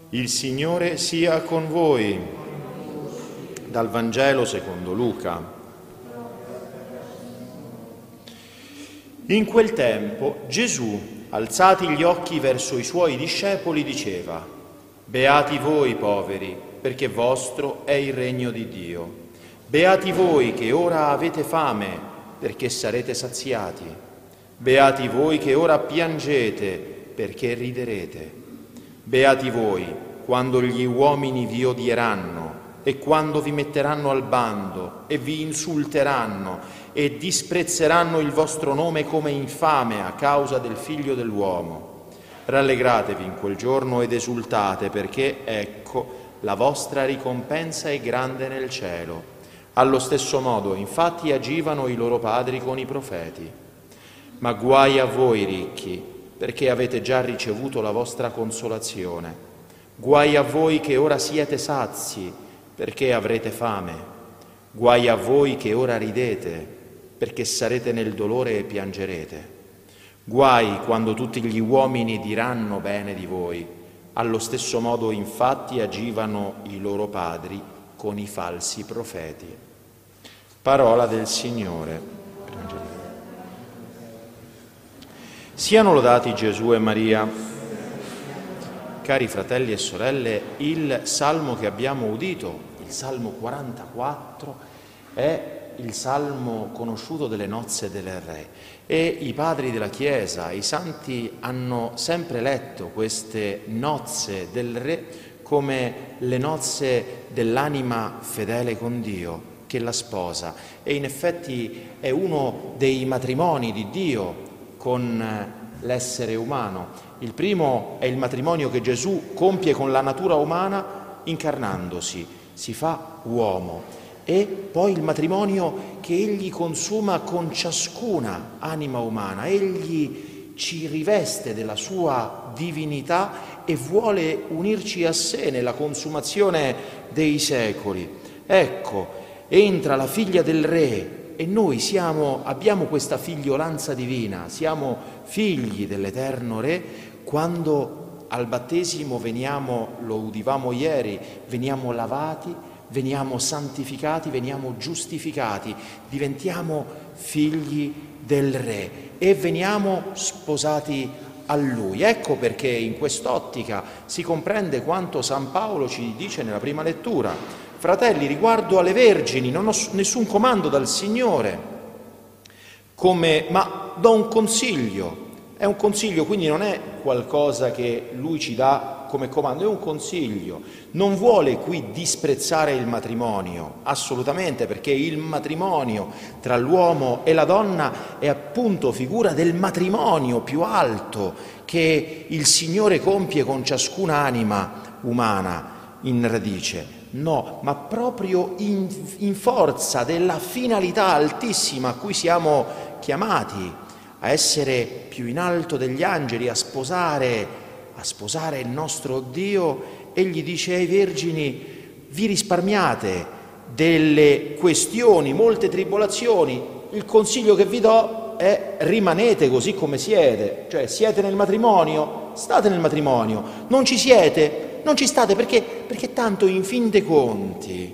Il Signore sia con voi. Dal Vangelo secondo Luca. In quel tempo Gesù, alzati gli occhi verso i suoi discepoli, diceva: Beati voi poveri, perché vostro è il regno di Dio. Beati voi che ora avete fame, perché sarete saziati. Beati voi che ora piangete, perché riderete. Beati voi quando gli uomini vi odieranno e quando vi metteranno al bando e vi insulteranno e disprezzeranno il vostro nome come infame a causa del Figlio dell'uomo. Rallegratevi in quel giorno ed esultate, perché, ecco, la vostra ricompensa è grande nel cielo. Allo stesso modo, infatti, agivano i loro padri con i profeti. Ma guai a voi ricchi, perché avete già ricevuto la vostra consolazione. Guai a voi che ora siete sazi, perché avrete fame. Guai a voi che ora ridete, perché sarete nel dolore e piangerete. Guai quando tutti gli uomini diranno bene di voi. Allo stesso modo, infatti, agivano i loro padri con i falsi profeti. Parola del Signore. Siano lodati Gesù e Maria. Cari fratelli e sorelle, il salmo che abbiamo udito, il Salmo 44, è il salmo conosciuto delle nozze del Re e i padri della Chiesa, i santi, hanno sempre letto queste nozze del Re come le nozze dell'anima fedele con Dio, che la sposa, e in effetti è uno dei matrimoni di Dio con l'essere umano. Il primo è il matrimonio che Gesù compie con la natura umana incarnandosi, si fa uomo, e poi il matrimonio che egli consuma con ciascuna anima umana. Egli ci riveste della sua divinità e vuole unirci a sé nella consumazione dei secoli. Ecco, entra la figlia del Re e noi abbiamo questa figliolanza divina, siamo figli dell'Eterno Re quando al battesimo veniamo, lo udivamo ieri, veniamo lavati, veniamo santificati, veniamo giustificati, diventiamo figli del Re e veniamo sposati a Lui. Ecco perché in quest'ottica si comprende quanto San Paolo ci dice nella prima lettura: fratelli, riguardo alle vergini non ho nessun comando dal Signore, ma do un consiglio. È un consiglio, quindi non è qualcosa che Lui ci dà come comando, è un consiglio. Non vuole qui disprezzare il matrimonio, assolutamente, perché il matrimonio tra l'uomo e la donna è appunto figura del matrimonio più alto che il Signore compie con ciascuna anima umana in radice. No, ma proprio in forza della finalità altissima a cui siamo chiamati, a essere più in alto degli angeli, a sposare il nostro Dio. Egli dice ai vergini: vi risparmiate delle questioni, molte tribolazioni. Il consiglio che vi do è: rimanete così come siete, cioè siete nel matrimonio, state nel matrimonio, non ci siete, non ci state, perché tanto in fin dei conti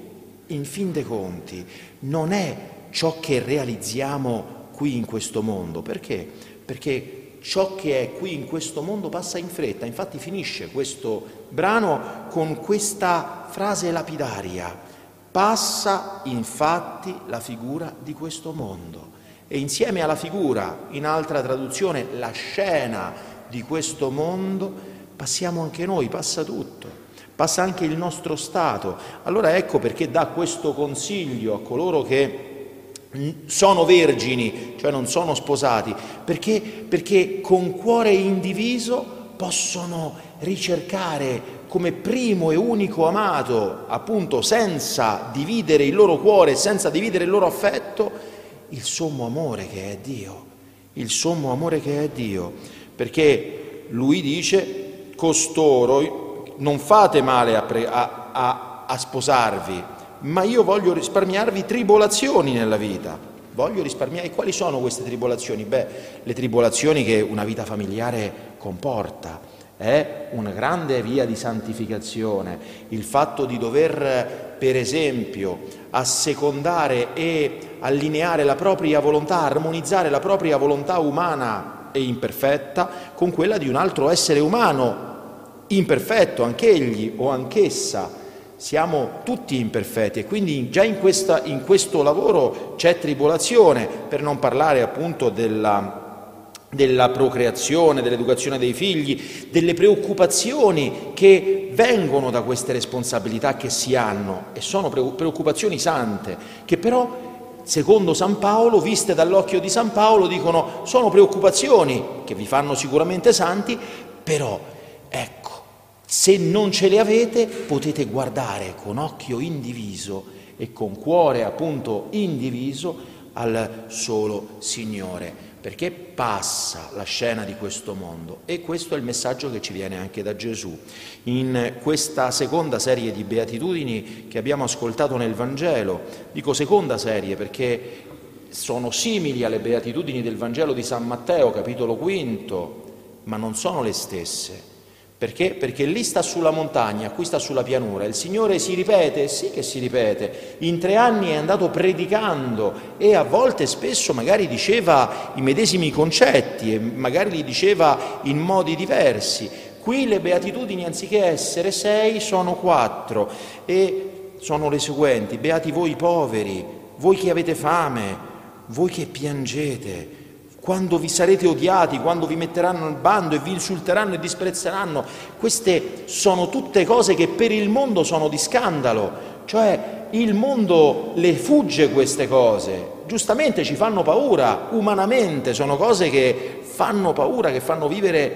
non è ciò che realizziamo qui in questo mondo. Perché? Perché ciò che è qui in questo mondo passa in fretta. Infatti finisce questo brano con questa frase lapidaria: passa infatti la figura di questo mondo. E insieme alla figura, in altra traduzione, la scena di questo mondo, passiamo anche noi, passa tutto, passa anche il nostro stato. Allora ecco perché dà questo consiglio a coloro che sono vergini, cioè non sono sposati, perché con cuore indiviso possono ricercare come primo e unico amato, appunto senza dividere il loro cuore, senza dividere il loro affetto, il sommo amore che è Dio, il sommo amore che è Dio, perché Lui dice: costoro non fate male a sposarvi, ma io voglio risparmiarvi tribolazioni nella vita. Voglio risparmiare. E quali sono queste tribolazioni? Le tribolazioni che una vita familiare comporta. è una grande via di santificazione. Il fatto di dover, per esempio, assecondare e allineare la propria volontà, armonizzare la propria volontà umana e imperfetta con quella di un altro essere umano imperfetto, anch'egli o anch'essa. Siamo tutti imperfetti e quindi già in questo lavoro c'è tribolazione, per non parlare appunto della procreazione, dell'educazione dei figli, delle preoccupazioni che vengono da queste responsabilità che si hanno, e sono preoccupazioni sante, che però, secondo San Paolo, viste dall'occhio di San Paolo, dicono sono preoccupazioni che vi fanno sicuramente santi, però ecco, se non ce le avete potete guardare con occhio indiviso e con cuore appunto indiviso al solo Signore, perché passa la scena di questo mondo, e questo è il messaggio che ci viene anche da Gesù. In questa seconda serie di beatitudini che abbiamo ascoltato nel Vangelo, dico seconda serie perché sono simili alle beatitudini del Vangelo di San Matteo, capitolo quinto, ma non sono le stesse. Perché? Perché lì sta sulla montagna, qui sta sulla pianura. Il Signore si ripete? Sì che si ripete. In 3 anni è andato predicando e a volte spesso magari diceva i medesimi concetti e magari li diceva in modi diversi. Qui le beatitudini, anziché essere 6, sono 4 e sono le seguenti: beati voi poveri, voi che avete fame, voi che piangete, quando vi sarete odiati, quando vi metteranno al bando e vi insulteranno e disprezzeranno. Queste sono tutte cose che per il mondo sono di scandalo, cioè il mondo le fugge queste cose, giustamente ci fanno paura, umanamente sono cose che fanno paura, che fanno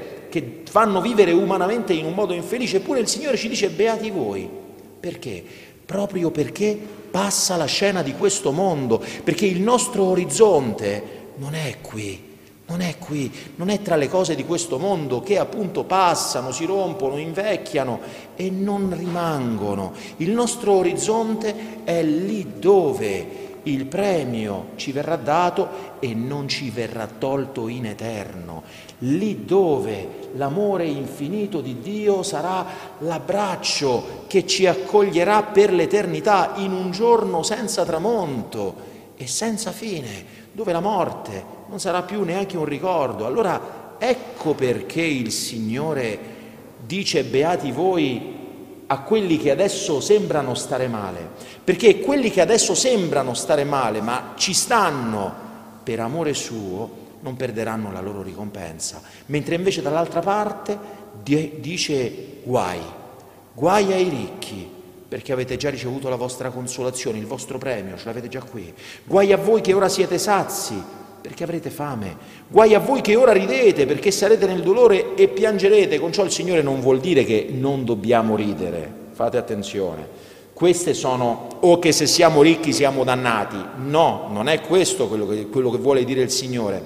vivere umanamente in un modo infelice. Eppure il Signore ci dice beati voi. Perché? Proprio perché passa la scena di questo mondo, perché il nostro orizzonte non è qui, non è tra le cose di questo mondo che appunto passano, si rompono, invecchiano e non rimangono. Il nostro orizzonte è lì dove il premio ci verrà dato e non ci verrà tolto in eterno, lì dove l'amore infinito di Dio sarà l'abbraccio che ci accoglierà per l'eternità in un giorno senza tramonto e senza fine, dove la morte non sarà più neanche un ricordo. Allora ecco perché il Signore dice beati voi a quelli che adesso sembrano stare male, perché quelli che adesso sembrano stare male ma ci stanno per amore suo non perderanno la loro ricompensa, mentre invece dall'altra parte dice guai ai ricchi, perché avete già ricevuto la vostra consolazione, il vostro premio, ce l'avete già qui. Guai a voi che ora siete sazi, perché avrete fame. Guai a voi che ora ridete, perché sarete nel dolore e piangerete. Con ciò il Signore non vuol dire che non dobbiamo ridere, fate attenzione. Queste sono, o che se siamo ricchi siamo dannati. No, non è questo quello che vuole dire il Signore.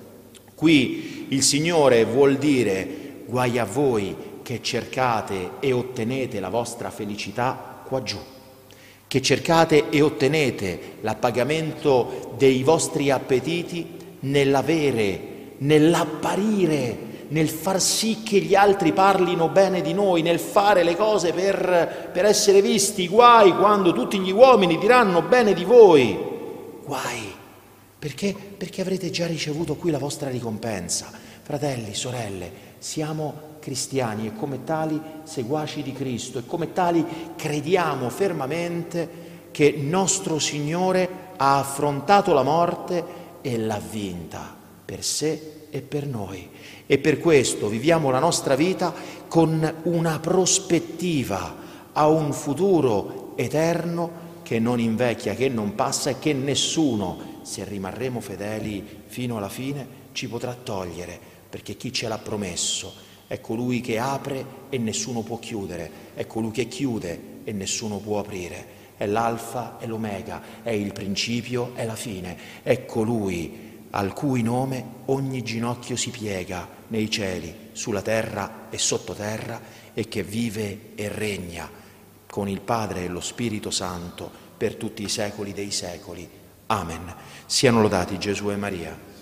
Qui il Signore vuol dire guai a voi che cercate e ottenete la vostra felicità qua giù, che cercate e ottenete l'appagamento dei vostri appetiti nell'avere, nell'apparire, nel far sì che gli altri parlino bene di noi, nel fare le cose per essere visti. Guai quando tutti gli uomini diranno bene di voi. Guai, perché avrete già ricevuto qui la vostra ricompensa. Fratelli, sorelle, siamo cristiani e come tali seguaci di Cristo e come tali crediamo fermamente che nostro Signore ha affrontato la morte e l'ha vinta per sé e per noi, e per questo viviamo la nostra vita con una prospettiva a un futuro eterno che non invecchia, che non passa e che nessuno, se rimarremo fedeli fino alla fine, ci potrà togliere, perché chi ce l'ha promesso è colui che apre e nessuno può chiudere, è colui che chiude e nessuno può aprire, è l'alfa e l'omega, è il principio e la fine, è colui al cui nome ogni ginocchio si piega nei cieli, sulla terra e sottoterra, e che vive e regna con il Padre e lo Spirito Santo per tutti i secoli dei secoli. Amen. Siano lodati Gesù e Maria.